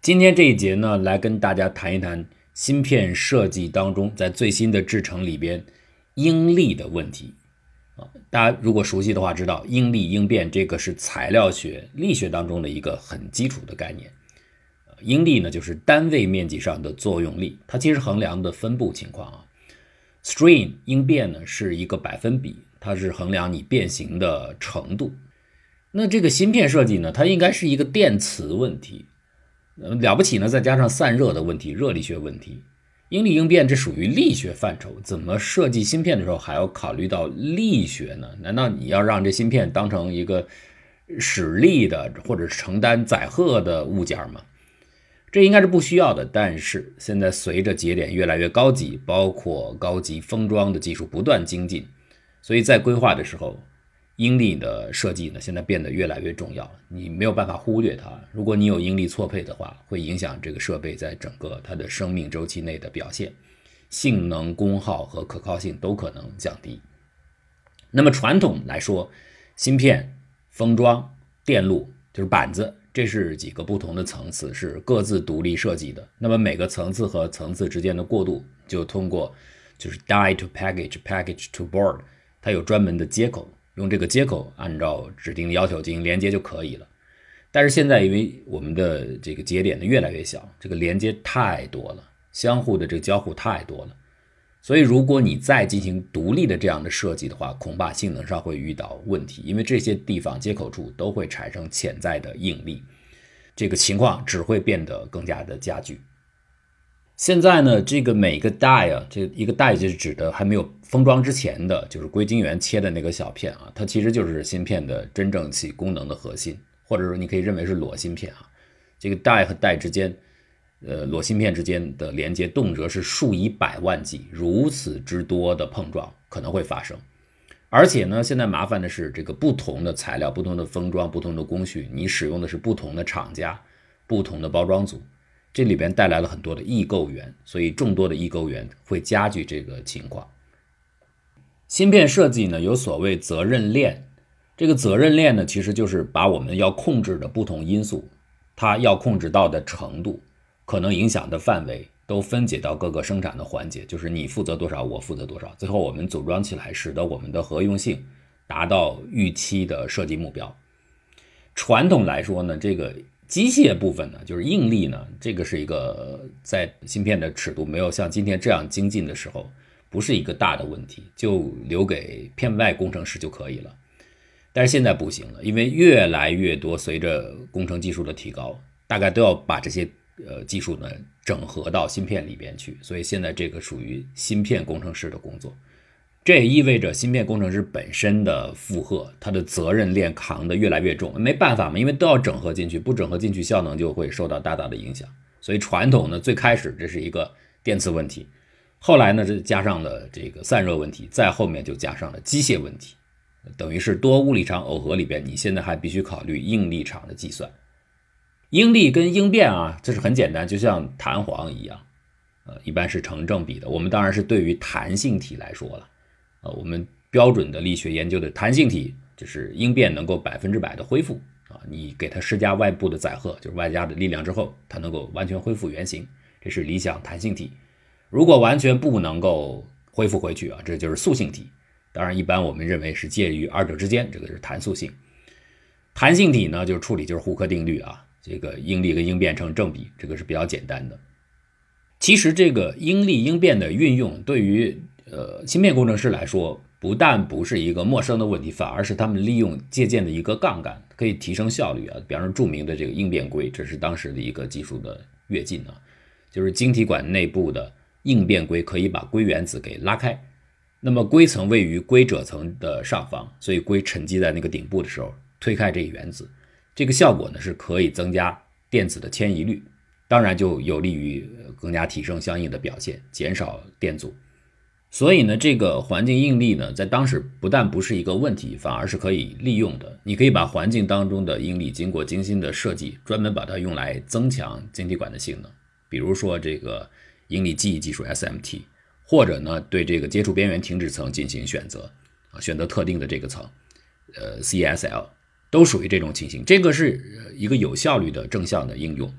今天这一节呢，来跟大家谈一谈芯片设计当中，在最新的制程里边应力的问题。大家如果熟悉的话，知道应力应变这个是材料学、力学当中的一个很基础的概念。应力呢，就是单位面积上的作用力，它其实衡量的分布情况啊。strain 应变呢是一个百分比，它是衡量你变形的程度。那这个芯片设计呢，它应该是一个电磁问题。了不起呢，再加上散热的问题、热力学问题，应力应变这属于力学范畴，怎么设计芯片的时候还要考虑到力学呢？难道你要让这芯片当成一个使力的或者承担载荷的物件吗？这应该是不需要的。但是现在随着节点越来越高级，包括高级封装的技术不断精进，所以在规划的时候，应力的设计呢，现在变得越来越重要，你没有办法忽略它。如果你有应力错配的话，会影响这个设备在整个它的生命周期内的表现，性能、功耗和可靠性都可能降低。那么传统来说，芯片、封装、电路就是板子，这是几个不同的层次，是各自独立设计的。那么每个层次和层次之间的过渡，就通过就是 die to package、package to board， 它有专门的接口。用这个接口按照指定的要求进行连接就可以了。但是现在因为我们的这个节点的越来越小，这个连接太多了，相互的这个交互太多了，所以如果你再进行独立的这样的设计的话，恐怕性能上会遇到问题，因为这些地方接口处都会产生潜在的应力，这个情况只会变得更加的加剧。现在呢，这个每个die啊，这一个die就是指的还没有封装之前的，就是硅晶圆切的那个小片啊，它其实就是芯片的真正起功能的核心，或者说你可以认为是裸芯片啊。这个die和die之间，裸芯片之间的连接动辄是数以百万计，如此之多的碰撞可能会发生。而且呢，现在麻烦的是这个不同的材料、不同的封装、不同的工序，你使用的是不同的厂家、不同的包装组。这里边带来了很多的异构源，所以众多的异构源会加剧这个情况。芯片设计呢，有所谓责任链，这个责任链呢，其实就是把我们要控制的不同因素，它要控制到的程度，可能影响的范围，都分解到各个生产的环节，就是你负责多少，我负责多少，最后我们组装起来，使得我们的合用性达到预期的设计目标。传统来说呢，这个机械部分呢，就是应力呢，这个是一个在芯片的尺度没有像今天这样精进的时候，不是一个大的问题，就留给片外工程师就可以了。但是现在不行了，因为越来越多，随着工程技术的提高，大概都要把这些技术呢整合到芯片里边去，所以现在这个属于芯片工程师的工作。这也意味着芯片工程师本身的负荷，他的责任链扛得越来越重，没办法嘛，因为都要整合进去，不整合进去效能就会受到大大的影响。所以传统呢，最开始这是一个电磁问题，后来呢，这加上了这个散热问题，再后面就加上了机械问题，等于是多物理场耦合里边，你现在还必须考虑应力场的计算。应力跟应变啊，这是很简单，就像弹簧一样，一般是成正比的。我们当然是对于弹性体来说了。我们标准的力学研究的弹性体，就是应变能够100%的恢复啊，你给它施加外部的载荷，就是外加的力量之后，它能够完全恢复原形，这是理想弹性体。如果完全不能够恢复回去啊，这就是塑性体。当然，一般我们认为是介于二者之间，这个是弹塑性。弹性体呢，就是处理就是胡克定律啊，这个应力跟应变成正比，这个是比较简单的。其实这个应力应变的运用对于芯片工程师来说，不但不是一个陌生的问题，反而是他们利用借鉴的一个杠杆，可以提升效率啊。比方说著名的这个应变规，这是当时的一个技术的跃进啊，就是晶体管内部的应变规可以把硅原子给拉开，那么硅层位于硅褶层的上方，所以硅沉积在那个顶部的时候，推开这一原子，这个效果呢是可以增加电子的迁移率，当然就有利于更加提升相应的表现，减少电阻。所以呢，这个环境应力呢，在当时不但不是一个问题，反而是可以利用的。你可以把环境当中的应力经过精心的设计，专门把它用来增强晶体管的性能。比如说这个应力记忆技术 SMT， 或者呢对这个接触边缘停止层进行选择，选择特定的这个层，CSL 都属于这种情形。这个是一个有效率的正向的应用。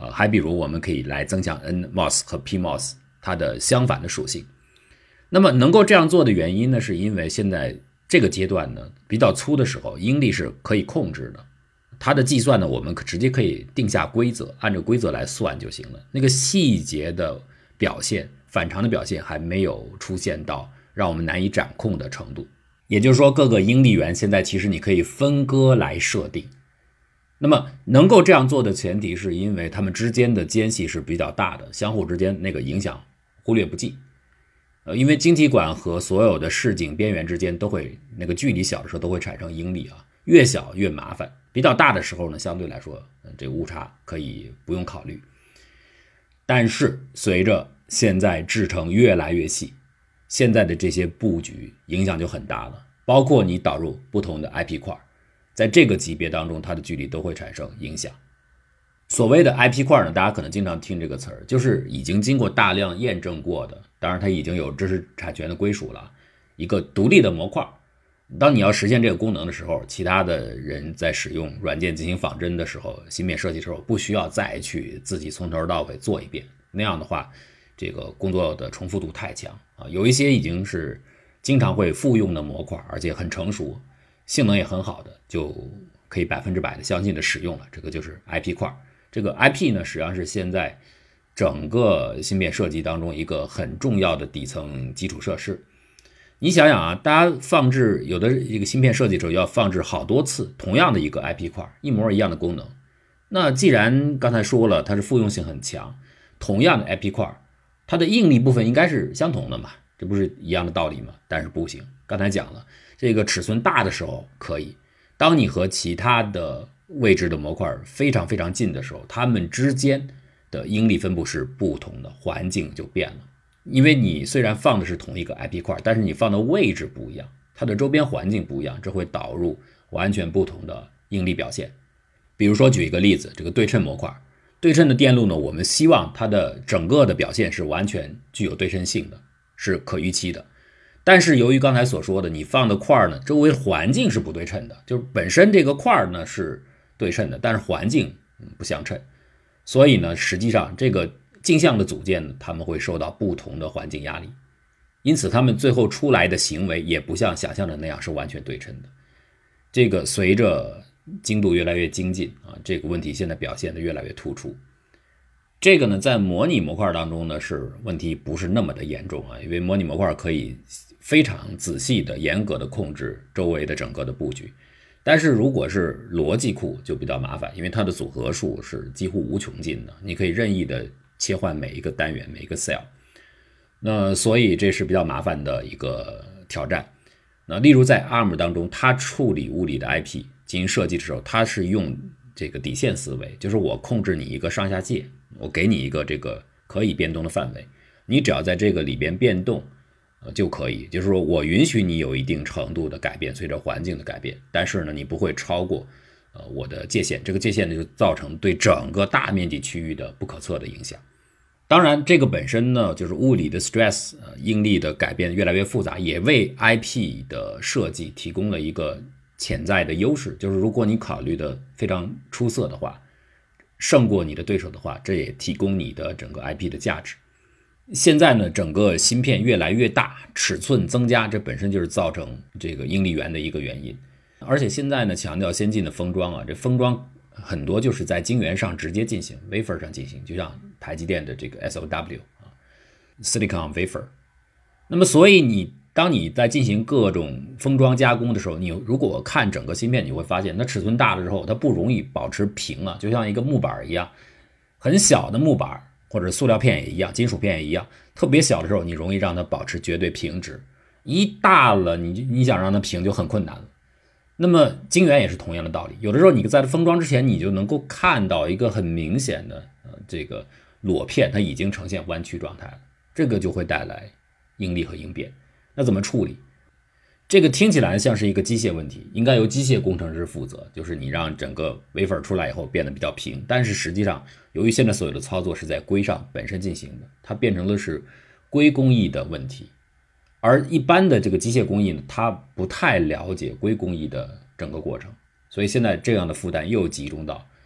还比如我们可以来增强 NMOS 和 PMOS 它的相反的属性。那么能够这样做的原因呢，是因为现在这个阶段呢比较粗的时候，应力是可以控制的，它的计算呢我们直接可以定下规则，按照规则来算就行了。那个细节的表现，反常的表现还没有出现到让我们难以掌控的程度。也就是说，各个应力源现在其实你可以分割来设定。那么能够这样做的前提是因为它们之间的间隙是比较大的，相互之间那个影响忽略不计。因为晶体管和所有的视景边缘之间都会那个距离小的时候都会产生应力啊，越小越麻烦。比较大的时候呢，相对来说这个误差可以不用考虑。但是随着现在制程越来越细，现在的这些布局影响就很大了，包括你导入不同的 IP 块，在这个级别当中它的距离都会产生影响。所谓的 IP 块呢，大家可能经常听这个词儿，就是已经经过大量验证过的，当然它已经有知识产权的归属了，一个独立的模块。当你要实现这个功能的时候，其他的人在使用软件进行仿真的时候，芯片设计的时候，不需要再去自己从头到尾做一遍，那样的话这个工作的重复度太强啊。有一些已经是经常会复用的模块，而且很成熟，性能也很好的，就可以100%的相信的使用了，这个就是 IP 块。这个 IP 呢，实际上是现在整个芯片设计当中一个很重要的底层基础设施。你想想啊，大家放置有的一个芯片设计的时候要放置好多次同样的一个 IP 块，一模一样的功能。那既然刚才说了它是复用性很强，同样的 IP 块，它的应力部分应该是相同的嘛，这不是一样的道理吗？但是不行，刚才讲了，这个尺寸大的时候可以，当你和其他的位置的模块非常非常近的时候，它们之间的应力分布是不同的，环境就变了。因为你虽然放的是同一个 IP 块，但是你放的位置不一样，它的周边环境不一样，这会导入完全不同的应力表现。比如说举一个例子，这个对称模块，对称的电路呢，我们希望它的整个的表现是完全具有对称性的，是可预期的。但是由于刚才所说的，你放的块呢，周围环境是不对称的，就是本身这个块呢是对称的，但是环境不相称，所以呢，实际上这个镜像的组件呢，它们会受到不同的环境压力，因此它们最后出来的行为也不像想象的那样是完全对称的。这个随着精度越来越精进啊，这个问题现在表现得越来越突出。这个呢，在模拟模块当中呢，是问题不是那么的严重啊，因为模拟模块可以非常仔细的、严格的控制周围的整个的布局。但是如果是逻辑库就比较麻烦，因为它的组合数是几乎无穷尽的，你可以任意的切换每一个单元、每一个 cell。那所以这是比较麻烦的一个挑战。那例如在 ARM 当中，它处理物理的 IP 进行设计的时候，它是用这个底线思维，就是我控制你一个上下界，我给你一个这个可以变动的范围，你只要在这个里边变动就可以，就是说我允许你有一定程度的改变，随着环境的改变，但是呢，你不会超过我的界限，这个界限呢就造成对整个大面积区域的不可测的影响。当然这个本身呢，就是物理的 stress 应力的改变越来越复杂，也为 IP 的设计提供了一个潜在的优势，就是如果你考虑的非常出色的话，胜过你的对手的话，这也提供你的整个 IP 的价值。现在呢，整个芯片越来越大，尺寸增加，这本身就是造成这个应力源的一个原因。而且现在呢，强调先进的封装啊，这封装很多就是在晶圆上直接进行 wafer 上进行，就像台积电的这个 SOW Silicon Wafer。 那么所以当你在进行各种封装加工的时候，你如果看整个芯片，你会发现它尺寸大了之后它不容易保持平啊，就像一个木板一样，很小的木板或者塑料片也一样，金属片也一样，特别小的时候你容易让它保持绝对平直，一大了你想让它平就很困难了。那么晶圆也是同样的道理，有的时候你在封装之前你就能够看到一个很明显的这个裸片它已经呈现弯曲状态了，这个就会带来应力和应变。那怎么处理？这个听起来像是一个机械问题，应该由机械工程师负责，就是你让整个 wafer 出来以后变得比较平，但是实际上由于现在所有的操作是在硅上本身进行的，它变成的是硅工艺的问题。而一般的这个机械工艺呢，它不太了解硅工艺的整个过程，所以现在这样的负担又集中到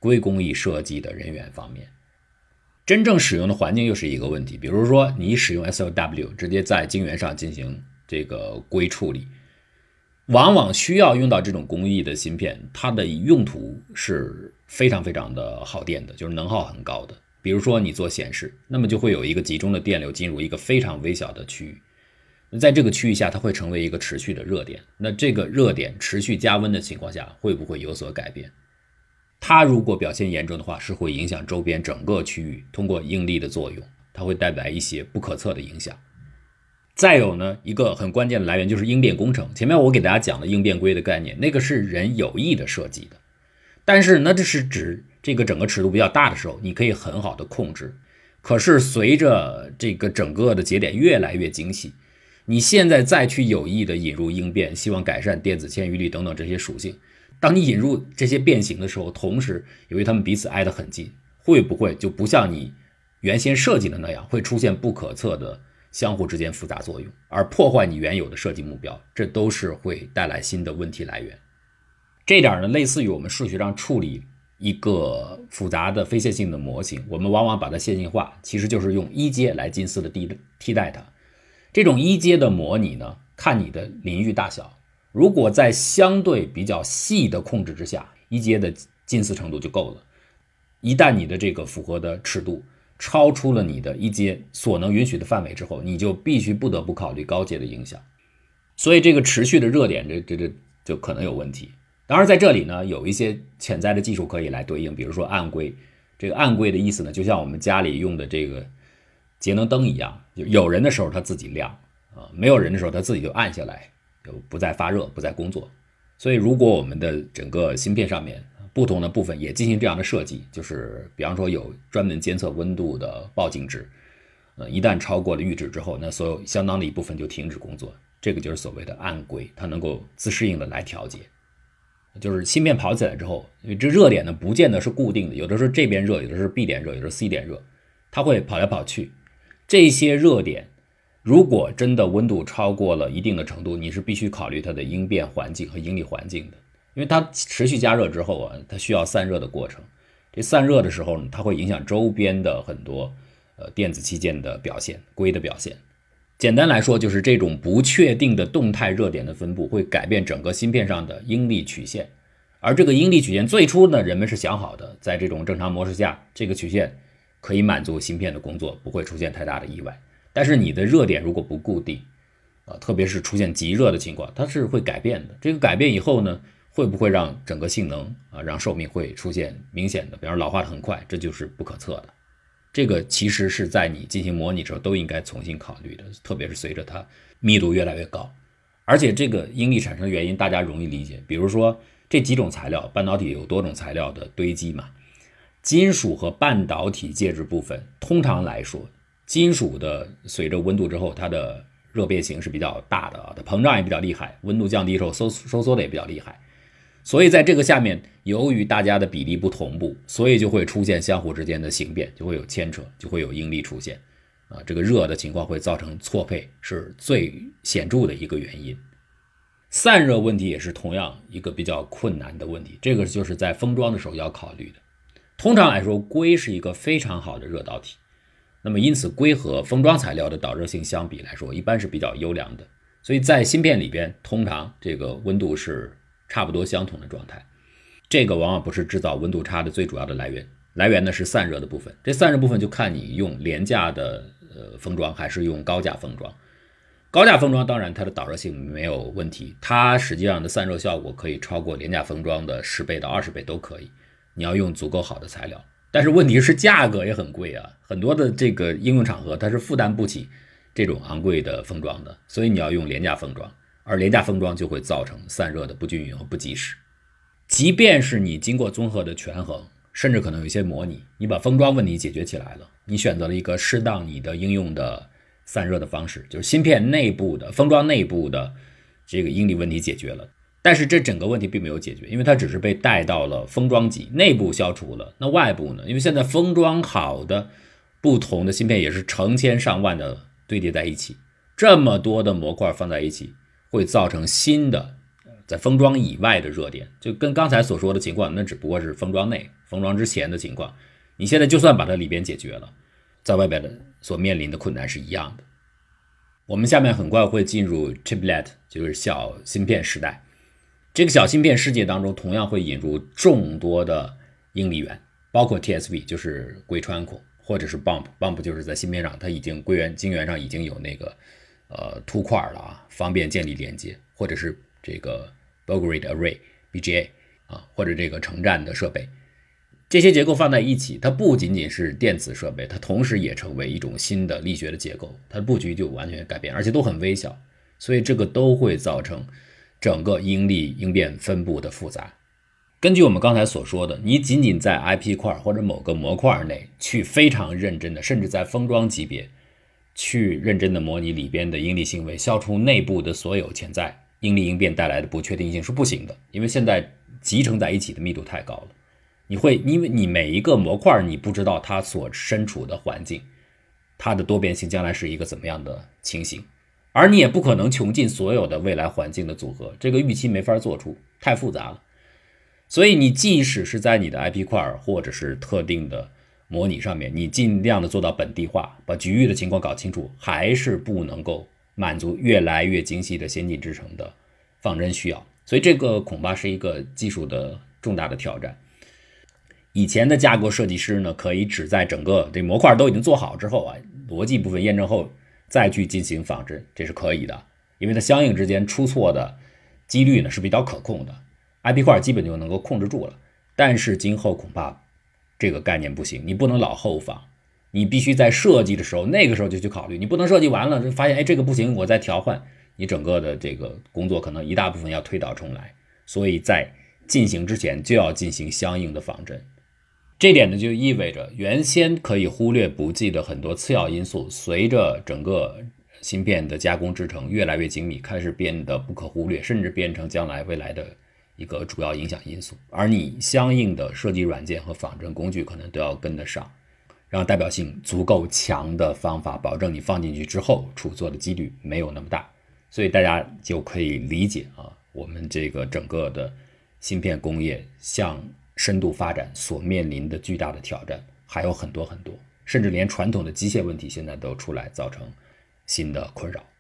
硅工艺设计的人员方面。真正使用的环境又是一个问题，比如说你使用 SOW 直接在晶圆上进行这个硅处理，往往需要用到这种工艺的芯片，它的用途是非常非常的耗电的，就是能耗很高的。比如说你做显示，那么就会有一个集中的电流进入一个非常微小的区域，在这个区域下它会成为一个持续的热点，那这个热点持续加温的情况下会不会有所改变？它如果表现严重的话，是会影响周边整个区域，通过应力的作用，它会带来一些不可测的影响。再有呢，一个很关键的来源就是应变工程。前面我给大家讲了应变硅的概念，那个是人有意的设计的，但是呢，这是指这个整个尺度比较大的时候，你可以很好的控制。可是随着这个整个的节点越来越精细，你现在再去有意的引入应变，希望改善电子迁移率等等这些属性，当你引入这些变形的时候，同时由于它们彼此挨得很近，会不会就不像你原先设计的那样，会出现不可测的相互之间复杂作用，而破坏你原有的设计目标？这都是会带来新的问题来源。这点呢，类似于我们数学上处理一个复杂的非线性的模型，我们往往把它线性化，其实就是用一阶来近似的替代它。这种一阶的模拟呢，看你的领域大小，如果在相对比较细的控制之下，一阶的近似程度就够了。一旦你的这个符合的尺度超出了你的一阶所能允许的范围之后，你就必须不得不考虑高阶的影响。所以这个持续的热点这就可能有问题。当然在这里呢，有一些潜在的技术可以来对应，比如说暗硅。这个暗硅的意思呢，就像我们家里用的这个节能灯一样，有人的时候它自己亮，没有人的时候它自己就暗下来，就不再发热，不再工作。所以如果我们的整个芯片上面不同的部分也进行这样的设计，就是比方说有专门监测温度的报警值，一旦超过了阈值之后，那所有相当的一部分就停止工作，这个就是所谓的暗硅，它能够自适应的来调节。就是芯片跑起来之后，因为这热点呢不见得是固定的，有的时候这边热，有的时候 B 点热，有的时候 C 点热，它会跑来跑去。这些热点如果真的温度超过了一定的程度，你是必须考虑它的应变环境和应力环境的，因为它持续加热之后啊，它需要散热的过程。这散热的时候呢，它会影响周边的很多电子器件的表现，硅的表现。简单来说，就是这种不确定的动态热点的分布会改变整个芯片上的应力曲线。而这个应力曲线最初呢，人们是想好的，在这种正常模式下，这个曲线可以满足芯片的工作，不会出现太大的意外。但是你的热点如果不固定，特别是出现极热的情况，它是会改变的。这个改变以后呢，会不会让整个性能让寿命会出现明显的，比方说老化的很快，这就是不可测的。这个其实是在你进行模拟的时候都应该重新考虑的，特别是随着它密度越来越高。而且这个应力产生的原因大家容易理解，比如说这几种材料，半导体有多种材料的堆积嘛，金属和半导体介质部分，通常来说，金属的随着温度之后，它的热变形是比较大的，它膨胀也比较厉害，温度降低之后收缩的也比较厉害。所以在这个下面，由于大家的比例不同步，所以就会出现相互之间的形变，就会有牵扯，就会有应力出现。这个热的情况会造成错配，是最显著的一个原因。散热问题也是同样一个比较困难的问题，这个就是在封装的时候要考虑的。通常来说，硅是一个非常好的热导体，那么因此硅和封装材料的导热性相比来说，一般是比较优良的。所以在芯片里边，通常这个温度是差不多相同的状态，这个往往不是制造温度差的最主要的来源，来源呢是散热的部分。这散热部分就看你用廉价的封装还是用高价封装。高价封装当然它的导热性没有问题，它实际上的散热效果可以超过廉价封装的10倍到20倍都可以，你要用足够好的材料。但是问题是价格也很贵啊，很多的这个应用场合它是负担不起这种昂贵的封装的，所以你要用廉价封装。而廉价封装就会造成散热的不均匀和不及时。即便是你经过综合的权衡，甚至可能有一些模拟，你把封装问题解决起来了，你选择了一个适当你的应用的散热的方式，就是芯片内部的封装内部的这个应力问题解决了，但是这整个问题并没有解决，因为它只是被带到了封装级，内部消除了。那外部呢？因为现在封装好的不同的芯片也是成千上万的堆叠在一起，这么多的模块放在一起，会造成新的在封装以外的热点，就跟刚才所说的情况，那只不过是封装内， 封装之前的情况，你现在就算把它里边解决了，在外边的所面临的困难是一样的。我们下面很快会进入 chiplet， 就是小芯片时代。这个小芯片世界当中同样会引入众多的应力元，包括 TSV 就是硅穿孔，或者是 bump 就是在芯片上它已经晶圆上已经有那个凸块了啊，方便建立连接，或者是这个 Bulk Gate Array BGA 啊，或者这个承站的设备。这些结构放在一起，它不仅仅是电子设备，它同时也成为一种新的力学的结构，它的布局就完全改变，而且都很微小，所以这个都会造成整个应力应变分布的复杂。根据我们刚才所说的，你仅仅在 IP 块或者某个模块内去非常认真的，甚至在封装级别去认真的模拟里边的应力行为，消除内部的所有潜在应力应变带来的不确定性是不行的，因为现在集成在一起的密度太高了。因为你每一个模块你不知道它所身处的环境，它的多变性将来是一个怎么样的情形，而你也不可能穷尽所有的未来环境的组合，这个预期没法做出，太复杂了。所以你即使是在你的 IP 块或者是特定的模拟上面，你尽量的做到本地化，把局域的情况搞清楚，还是不能够满足越来越精细的先进制程的仿真需要。所以这个恐怕是一个技术的重大的挑战。以前的架构设计师呢，可以只在整个这模块都已经做好之后啊，逻辑部分验证后再去进行仿真，这是可以的，因为它相应之间出错的几率呢是比较可控的， IP 块基本就能够控制住了。但是今后恐怕这个概念不行，你不能老后仿，你必须在设计的时候那个时候就去考虑，你不能设计完了发现这个不行，我再调换，你整个的这个工作可能一大部分要推倒重来，所以在进行之前就要进行相应的仿真。这点呢，就意味着原先可以忽略不计的很多次要因素，随着整个芯片的加工制程越来越精密，开始变得不可忽略，甚至变成将来未来的一个主要影响因素。而你相应的设计软件和仿真工具可能都要跟得上，让代表性足够强的方法，保证你放进去之后出错的几率没有那么大。所以大家就可以理解啊，我们这个整个的芯片工业向深度发展所面临的巨大的挑战还有很多很多，甚至连传统的机械问题现在都出来造成新的困扰。